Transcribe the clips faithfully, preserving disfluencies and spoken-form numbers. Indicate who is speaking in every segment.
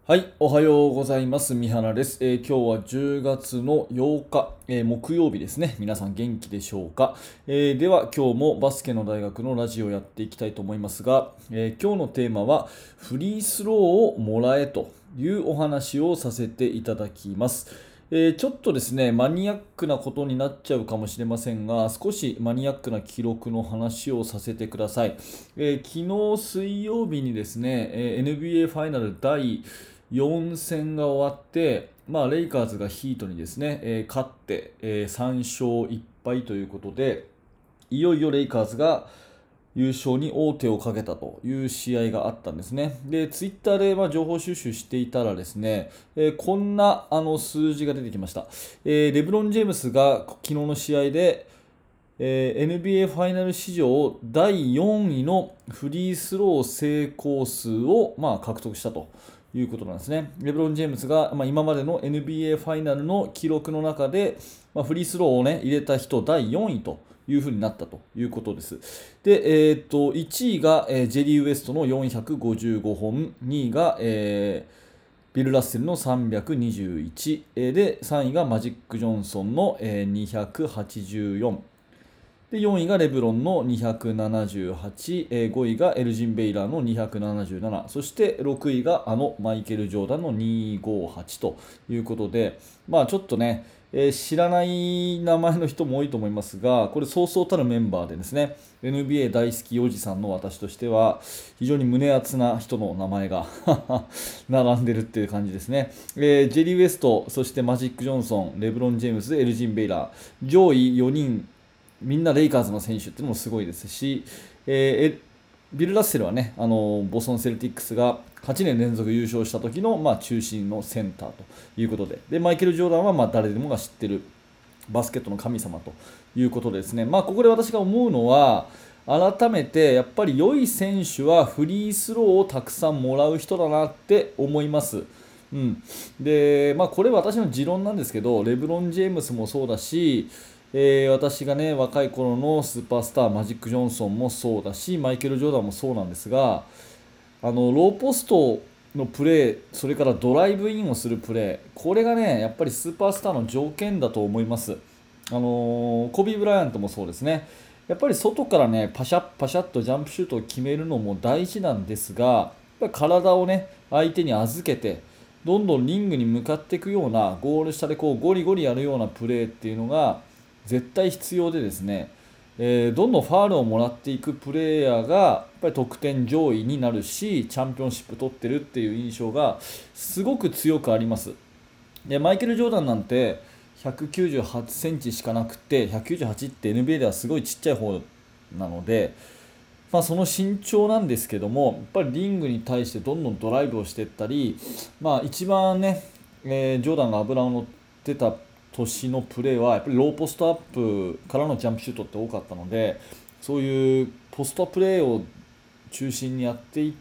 Speaker 1: はい、おはようございます。三原です。えー今日はじゅうがつのようか、えー木曜日ですね。皆さん元気でしょうか。えーでは今日もバスケの大学のラジオをやっていきたいと思いますが、えー今日のテーマはフリースローをもらえというお話をさせていただきます。えーちょっとですね、マニアックなことになっちゃうかもしれませんが、少しマニアックな記録の話をさせてください。えー昨日水曜日にですね、えー エヌビーエー ファイナルだいよん戦が終わって、まあ、レイカーズがヒートにですね、えー勝って、えーさん勝いっぱいということで、いよいよレイカーズが優勝に王手をかけたという試合があったんですね。で、ツイッターでまあ情報収集していたらですね、えーこんなあの数字が出てきました。えーレブロン・ジェームスが昨日の試合で、えー エヌビーエー ファイナル史上だいよんいのフリースロー成功数を、まあ、獲得したということなんですね。レブロン・ジェームスが、まあ、今までの エヌビーエー ファイナルの記録の中で、まあ、フリースローを、ね、入れた人だいよんいというふうになったということです。で、えーっといちいが、えージェリー・ウエストのよんひゃくごじゅうごほん、にいが、えービル・ラッセルのさんびゃくにじゅういちでさんいがマジック・ジョンソンのにひゃくはちじゅうよんで、よんいがレブロンのにひゃくななじゅうはち、えーごいがエルジン・ベイラーのにひゃくななじゅうなな、そしてろくいがあのマイケル・ジョーダンのにひゃくごじゅうはちということで、まあちょっとね、えー知らない名前の人も多いと思いますが、これそうそうたるメンバーでですね、エヌビーエー 大好きおじさんの私としては、非常に胸熱な人の名前が並んでるっていう感じですね。えージェリー・ウエスト、そしてマジック・ジョンソン、レブロン・ジェームズ、エルジン・ベイラー、上位よにんみんなレイカーズの選手っていうのもすごいですし、えービル・ラッセルはね、あのボストン・セルティックスがはちねん連続優勝した時の、まあ、中心のセンターということで、でマイケル・ジョーダンはまあ誰でもが知ってるバスケットの神様ということでですね、まあ、ここで私が思うのは、改めてやっぱり良い選手はフリースローをたくさんもらう人だなって思います。うん、で、まあ、これは私の持論なんですけど、レブロン・ジェームスもそうだし、えー私がね、若い頃のスーパースター、マジック・ジョンソンもそうだし、マイケル・ジョーダンもそうなんですが、あのローポストのプレー、それからドライブインをするプレー、これがね、やっぱりスーパースターの条件だと思います。あのーコビー・ブライアントもそうですね。やっぱり外からね、パシャッパシャッとジャンプシュートを決めるのも大事なんですが、やっぱり体をね、相手に預けて、どんどんリングに向かっていくような、ゴール下でこうゴリゴリやるようなプレーっていうのが絶対必要でですね、えーどんどんファールをもらっていくプレイヤーがやっぱり得点上位になるし、チャンピオンシップ取ってるっていう印象がすごく強くあります。でマイケル・ジョーダンなんてひゃくきゅうじゅうはちセンチしかなくて、ひゃくきゅうじゅうはちって エヌビーエー ではすごいちっちゃい方なので、まあ、その身長なんですけども、やっぱりリングに対してどんどんドライブをしていったり、まあ、一番ね、えージョーダンが油を乗ってた年のプレーはやっぱりローポストアップからのジャンプシュートって多かったので、そういうポストプレーを中心にやっていって、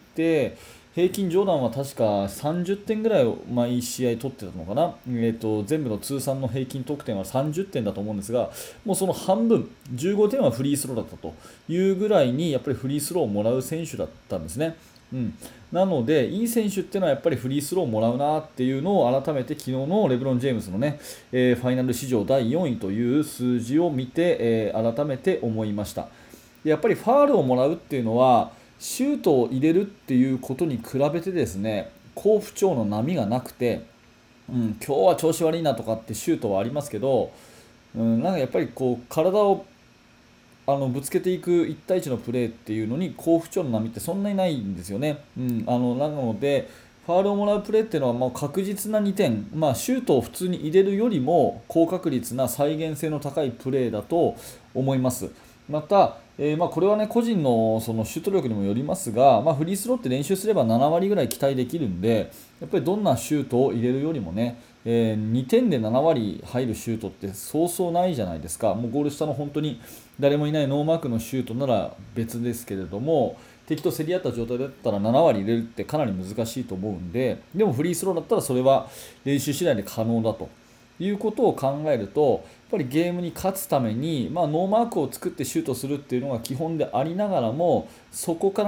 Speaker 1: 平均ジョーダンは確かさんじゅってんぐらいを毎試合取ってたのかな、えー、と全部の通算の平均得点はさんじゅってんだと思うんですが、もうその半分、じゅうごてんはフリースローだったというぐらいに、やっぱりフリースローをもらう選手だったんですね。うん、なので、いい選手っていうのはやっぱりフリースローをもらうなっていうのを改めて昨日のレブロン・ジェームズのね、えーファイナル史上だいよんいという数字を見て、えー改めて思いました。でやっぱりファールをもらうっていうのは、シュートを入れるっていうことに比べてですね、好不調の波がなくて、うん、今日は調子悪いなとかってシュートはありますけど、うん、なんかやっぱりこう体をあのぶつけていくいち対いちのプレーっていうのに好不調の波ってそんなにないんですよね。うん、あのなのでファールをもらうプレーっていうのはもう確実なにてん、まあ、シュートを普通に入れるよりも高確率な再現性の高いプレーだと思います。また、えーまあ、これはね個人のそのシュート力にもよりますが、まあ、フリースローって練習すればなな割ぐらい期待できるんで、やっぱりどんなシュートを入れるよりもね、えーにてんでなな割入るシュートってそうそうないじゃないですか。もうゴール下の本当に誰もいないノーマークのシュートなら別ですけれども、敵と競り合った状態だったらなな割入れるってかなり難しいと思うんで、でもフリースローだったらそれは練習次第で可能だということを考えると、やっぱりゲームに勝つために、まあ、ノーマークを作ってシュートするっていうのが基本でありながらも、そこからね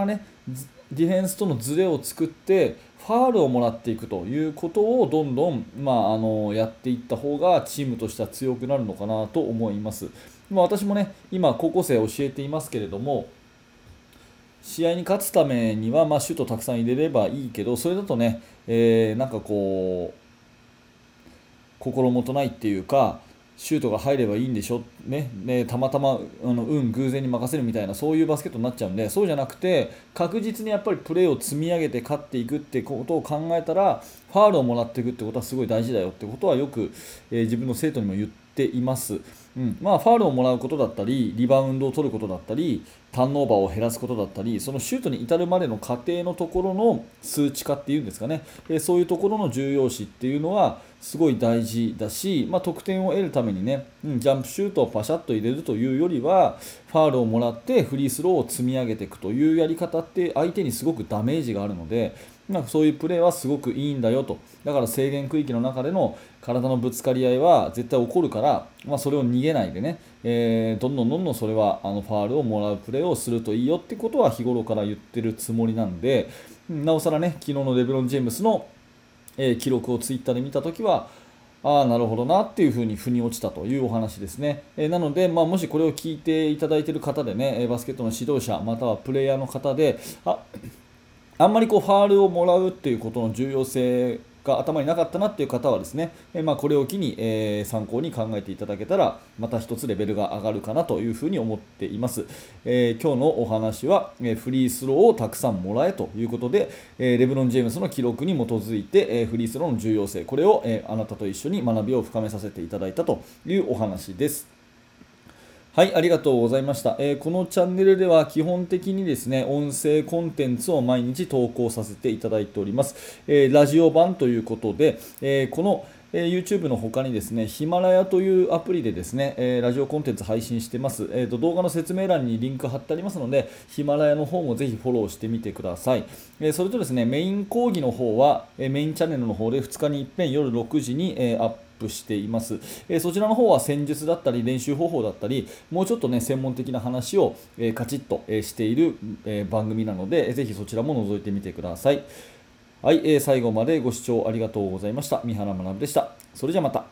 Speaker 1: ディフェンスとのズレを作ってファールをもらっていくということをどんどん、まあ、あのやっていった方がチームとしては強くなるのかなと思います。まあ、私もね今高校生教えていますけれども、試合に勝つためには、まあ、シュートたくさん入れればいいけど、それだとね、えーなんかこう心もとないっていうか、シュートが入ればいいんでしょ、ね、ねたまたまあの運偶然に任せるみたいな、そういうバスケットになっちゃうんで、そうじゃなくて確実にやっぱりプレーを積み上げて勝っていくってことを考えたら、ファールをもらっていくってことはすごい大事だよってことはよく、えー自分の生徒にも言っています。うんまあ、ファールをもらうことだったり、リバウンドを取ることだったり、ターンオーバーを減らすことだったり、そのシュートに至るまでの過程のところの数値化っていうんですかね、えーそういうところの重要視っていうのはすごい大事だし、まあ、得点を得るためにね、うん、ジャンプシュートをパシャッと入れるというよりは、ファールをもらってフリースローを積み上げていくというやり方って相手にすごくダメージがあるので、なんかそういうプレーはすごくいいんだよと。だから制限区域の中での体のぶつかり合いは絶対起こるから、まあ、それを逃げないでね、えーどんどんどんどんそれはあのファールをもらうプレーをするといいよってことは日頃から言ってるつもりなんで、うんなおさらね、昨日のレブロン・ジェームスの、えー記録をツイッターで見たときは、ああ、なるほどなっていうふうに腑に落ちたというお話ですね。えーなので、まあ、もしこれを聞いていただいている方でね、えーバスケットの指導者、またはプレイヤーの方で、ああんまりこうファールをもらうっていうことの重要性が頭になかったなっていう方はですね、えーまあ、これを機に、えー参考に考えていただけたら、また一つレベルが上がるかなというふうに思っています。えー今日のお話は、えーフリースローをたくさんもらえということで、えーレブロン・ジェームスの記録に基づいて、えーフリースローの重要性、これを、えーあなたと一緒に学びを深めさせていただいたというお話です。はい、ありがとうございました。えーこのチャンネルでは基本的にですね、音声コンテンツを毎日投稿させていただいております。えーラジオ版ということで、えーこのえー YouTube の他にですね、ヒマラヤというアプリでですね、えーラジオコンテンツ配信してます。えーと、動画の説明欄にリンク貼ってありますので、ヒマラヤの方もぜひフォローしてみてください。えーそれとですね、メイン講義の方は、えーメインチャンネルの方でふつかにいっぺん夜ろくじに、えーアップアップしています、えーそちらの方は戦術だったり練習方法だったり、もうちょっとね専門的な話を、えーカチッと、えーしている、えー番組なので、えーぜひそちらも覗いてみてください。はい、えー最後までご視聴ありがとうございました。三原学でした。それじゃまた。